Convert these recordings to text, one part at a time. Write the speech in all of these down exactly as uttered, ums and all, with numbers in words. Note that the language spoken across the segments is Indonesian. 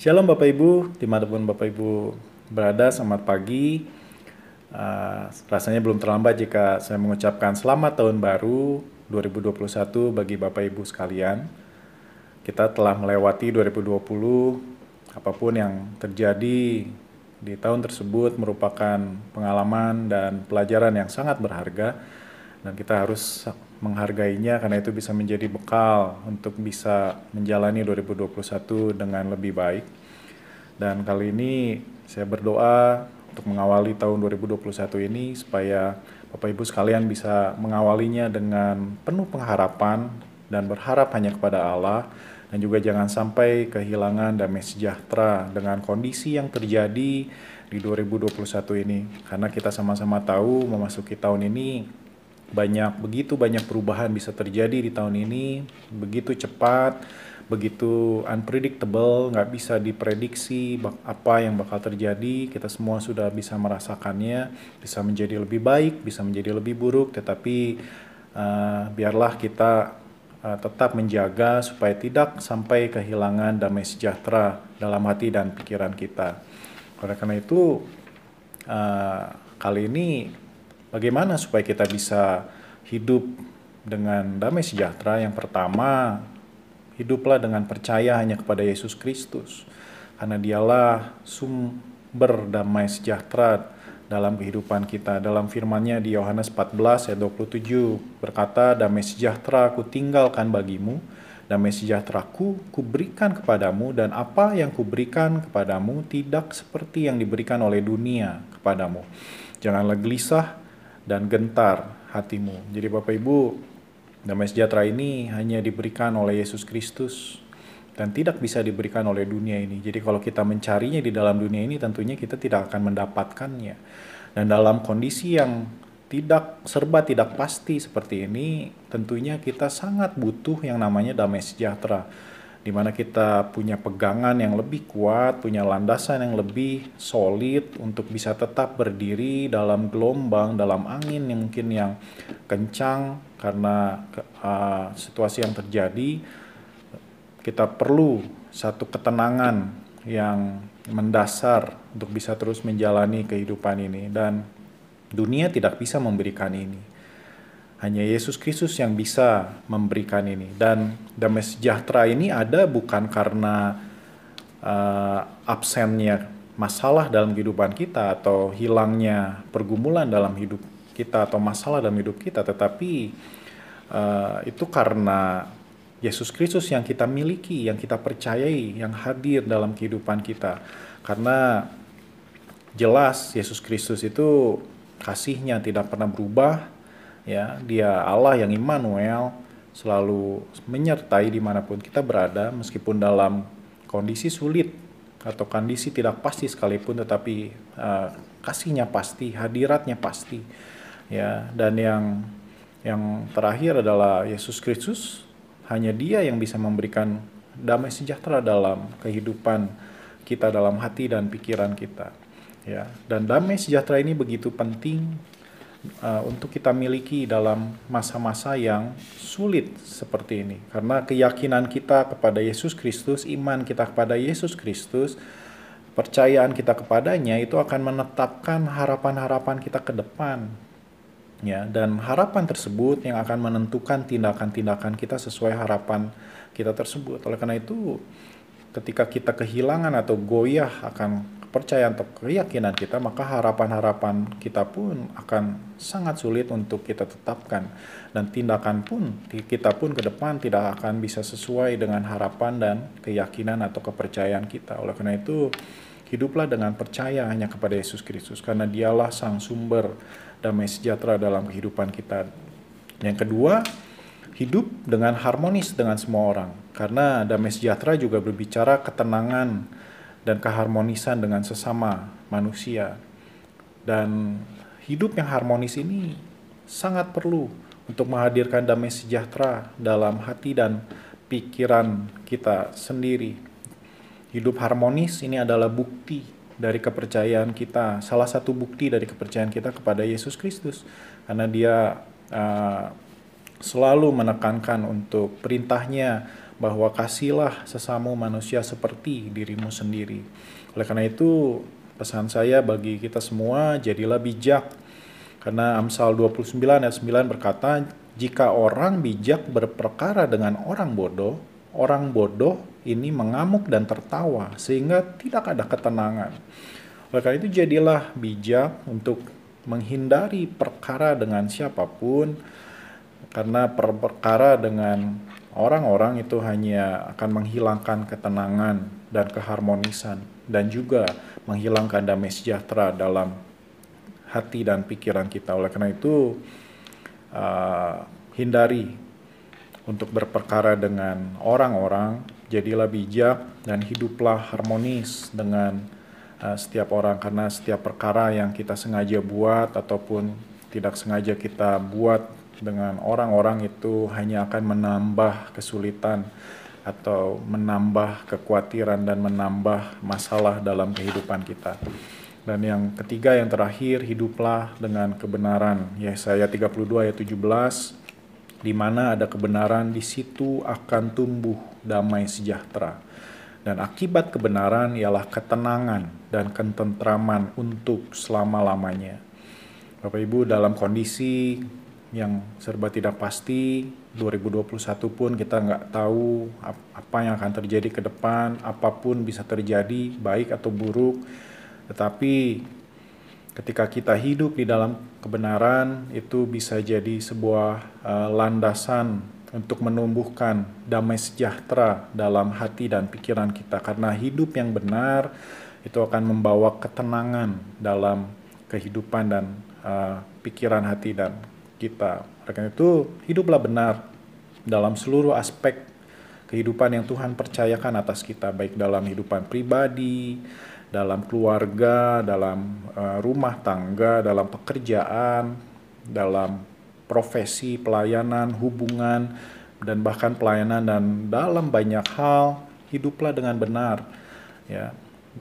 Shalom Bapak Ibu, dimanapun Bapak Ibu berada, selamat pagi. Uh, rasanya belum terlambat jika saya mengucapkan selamat tahun baru dua ribu dua puluh satu bagi Bapak Ibu sekalian. Kita telah melewati dua ribu dua puluh, apapun yang terjadi di tahun tersebut merupakan pengalaman dan pelajaran yang sangat berharga. Dan kita harus menghargainya karena itu bisa menjadi bekal untuk bisa menjalani dua ribu dua puluh satu dengan lebih baik. Dan kali ini saya berdoa untuk mengawali tahun dua ribu dua puluh satu ini supaya Bapak Ibu sekalian bisa mengawalinya dengan penuh pengharapan dan berharap hanya kepada Allah, dan juga jangan sampai kehilangan damai sejahtera dengan kondisi yang terjadi di dua ribu dua puluh satu ini. Karena kita sama-sama tahu memasuki tahun ini banyak begitu banyak perubahan bisa terjadi di tahun ini, begitu cepat, begitu unpredictable, nggak bisa diprediksi apa yang bakal terjadi. Kita semua sudah bisa merasakannya, bisa menjadi lebih baik, bisa menjadi lebih buruk, tetapi uh, biarlah kita uh, tetap menjaga supaya tidak sampai kehilangan damai sejahtera dalam hati dan pikiran kita. Oleh karena itu, uh, kali ini bagaimana supaya kita bisa hidup dengan damai sejahtera? Yang pertama, hiduplah dengan percaya hanya kepada Yesus Kristus, karena dialah sumber damai sejahtera dalam kehidupan kita. Dalam firman-Nya di Yohanes empat belas ayat dua puluh tujuh berkata, "Damai sejahtera ku tinggalkan bagimu, damai sejahteraku kuberikan kepadamu, dan apa yang kuberikan kepadamu tidak seperti yang diberikan oleh dunia kepadamu. Janganlah gelisah dan gentar hatimu." Jadi Bapak Ibu, damai sejahtera ini hanya diberikan oleh Yesus Kristus dan tidak bisa diberikan oleh dunia ini. Jadi kalau kita mencarinya di dalam dunia ini, tentunya kita tidak akan mendapatkannya. Dan dalam kondisi yang tidak serba tidak pasti seperti ini, tentunya kita sangat butuh yang namanya damai sejahtera, di mana kita punya pegangan yang lebih kuat, punya landasan yang lebih solid untuk bisa tetap berdiri dalam gelombang, dalam angin yang mungkin yang kencang karena uh, situasi yang terjadi. Kita perlu satu ketenangan yang mendasar untuk bisa terus menjalani kehidupan ini, dan dunia tidak bisa memberikan ini. Hanya Yesus Kristus yang bisa memberikan ini. Dan damai sejahtera ini ada bukan karena uh, absennya masalah dalam kehidupan kita atau hilangnya pergumulan dalam hidup kita atau masalah dalam hidup kita, tetapi uh, itu karena Yesus Kristus yang kita miliki, yang kita percayai, yang hadir dalam kehidupan kita. Karena jelas Yesus Kristus itu kasih-Nya tidak pernah berubah. Ya, Dia Allah yang Immanuel, selalu menyertai dimanapun kita berada, meskipun dalam kondisi sulit atau kondisi tidak pasti sekalipun, tetapi uh, kasih-Nya pasti, hadirat-Nya pasti. Ya, dan yang yang terakhir adalah Yesus Kristus. Hanya Dia yang bisa memberikan damai sejahtera dalam kehidupan kita, dalam hati dan pikiran kita. Ya, dan damai sejahtera ini begitu penting Uh, untuk kita miliki dalam masa-masa yang sulit seperti ini, karena keyakinan kita kepada Yesus Kristus, iman kita kepada Yesus Kristus, percayaan kita kepadanya itu akan menetapkan harapan-harapan kita ke depan, ya, dan harapan tersebut yang akan menentukan tindakan-tindakan kita sesuai harapan kita tersebut. Oleh karena itu, ketika kita kehilangan atau goyah akan kepercayaan atau keyakinan kita, maka harapan-harapan kita pun akan sangat sulit untuk kita tetapkan, dan tindakan pun kita pun ke depan tidak akan bisa sesuai dengan harapan dan keyakinan atau kepercayaan kita. Oleh karena itu, hiduplah dengan percaya hanya kepada Yesus Kristus, karena Dialah sang sumber damai sejahtera dalam kehidupan kita. Yang kedua, hidup dengan harmonis dengan semua orang, karena damai sejahtera juga berbicara ketenangan dan keharmonisan dengan sesama manusia. Dan hidup yang harmonis ini sangat perlu untuk menghadirkan damai sejahtera dalam hati dan pikiran kita sendiri. Hidup harmonis ini adalah bukti dari kepercayaan kita, salah satu bukti dari kepercayaan kita kepada Yesus Kristus, karena Dia uh, selalu menekankan untuk perintahnya bahwa kasihlah sesama manusia seperti dirimu sendiri. Oleh karena itu, pesan saya bagi kita semua, jadilah bijak. Karena Amsal dua puluh sembilan ayat sembilan berkata, jika orang bijak berperkara dengan orang bodoh, orang bodoh ini mengamuk dan tertawa sehingga tidak ada ketenangan. Oleh karena itu, jadilah bijak untuk menghindari perkara dengan siapapun, karena perkara dengan orang-orang itu hanya akan menghilangkan ketenangan dan keharmonisan, dan juga menghilangkan damai sejahtera dalam hati dan pikiran kita. Oleh karena itu, uh, hindari untuk berperkara dengan orang-orang, jadilah bijak dan hiduplah harmonis dengan uh, setiap orang, karena setiap perkara yang kita sengaja buat ataupun tidak sengaja kita buat dengan orang-orang itu hanya akan menambah kesulitan atau menambah kekhawatiran dan menambah masalah dalam kehidupan kita. Dan yang ketiga, yang terakhir, hiduplah dengan kebenaran. Yesaya tiga puluh dua ayat tujuh belas, di mana ada kebenaran, di situ akan tumbuh damai sejahtera. Dan akibat kebenaran ialah ketenangan dan ketentraman untuk selama-lamanya. Bapak Ibu, dalam kondisi yang serba tidak pasti, dua ribu dua puluh satu pun kita nggak tahu apa yang akan terjadi ke depan, apapun bisa terjadi, baik atau buruk. Tetapi ketika kita hidup di dalam kebenaran, itu bisa jadi sebuah uh, landasan untuk menumbuhkan damai sejahtera dalam hati dan pikiran kita. Karena hidup yang benar itu akan membawa ketenangan dalam kehidupan dan uh, pikiran hati dan kita. Oleh karena itu, hiduplah benar dalam seluruh aspek kehidupan yang Tuhan percayakan atas kita, baik dalam kehidupan pribadi, dalam keluarga, dalam uh, rumah tangga, dalam pekerjaan, dalam profesi, pelayanan, hubungan, dan bahkan pelayanan, dan dalam banyak hal, hiduplah dengan benar. Ya.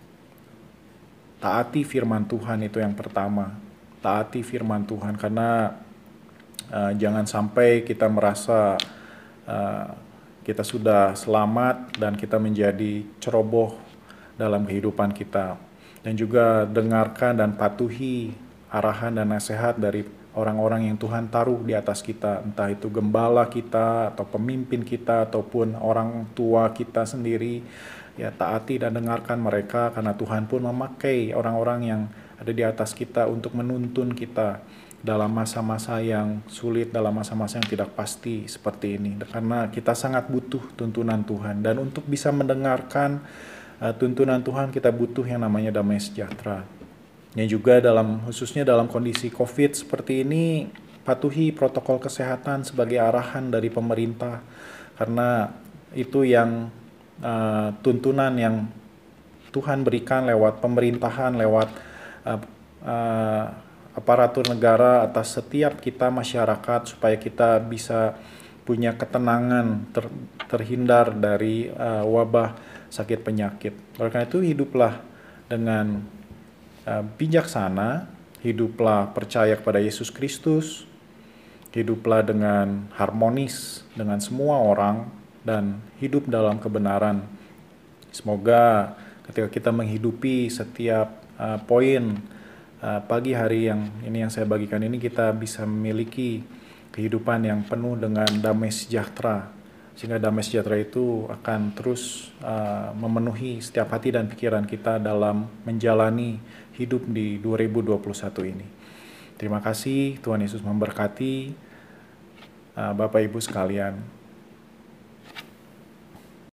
Taati firman Tuhan itu yang pertama. Taati firman Tuhan, karena Uh, jangan sampai kita merasa uh, kita sudah selamat dan kita menjadi ceroboh dalam kehidupan kita. Dan juga dengarkan dan patuhi arahan dan nasihat dari orang-orang yang Tuhan taruh di atas kita, entah itu gembala kita atau pemimpin kita ataupun orang tua kita sendiri. Ya, taati dan dengarkan mereka, karena Tuhan pun memakai orang-orang yang ada di atas kita untuk menuntun kita dalam masa-masa yang sulit, dalam masa-masa yang tidak pasti seperti ini. Karena kita sangat butuh tuntunan Tuhan, dan untuk bisa mendengarkan uh, tuntunan Tuhan kita butuh yang namanya damai sejahtera. Yang juga dalam khususnya dalam kondisi COVID seperti ini, patuhi protokol kesehatan sebagai arahan dari pemerintah, karena itu yang uh, tuntunan yang Tuhan berikan lewat pemerintahan, lewat uh, uh, aparatur negara atas setiap kita masyarakat, supaya kita bisa punya ketenangan, ter, terhindar dari uh, wabah sakit penyakit. Oleh karena itu, hiduplah dengan uh, bijaksana, hiduplah percaya kepada Yesus Kristus, hiduplah dengan harmonis dengan semua orang, dan hidup dalam kebenaran. Semoga ketika kita menghidupi setiap uh, poin Uh, pagi hari yang ini yang saya bagikan ini, kita bisa memiliki kehidupan yang penuh dengan damai sejahtera, sehingga damai sejahtera itu akan terus uh, memenuhi setiap hati dan pikiran kita dalam menjalani hidup di dua ribu dua puluh satu ini. Terima kasih, Tuhan Yesus memberkati uh, Bapak Ibu sekalian.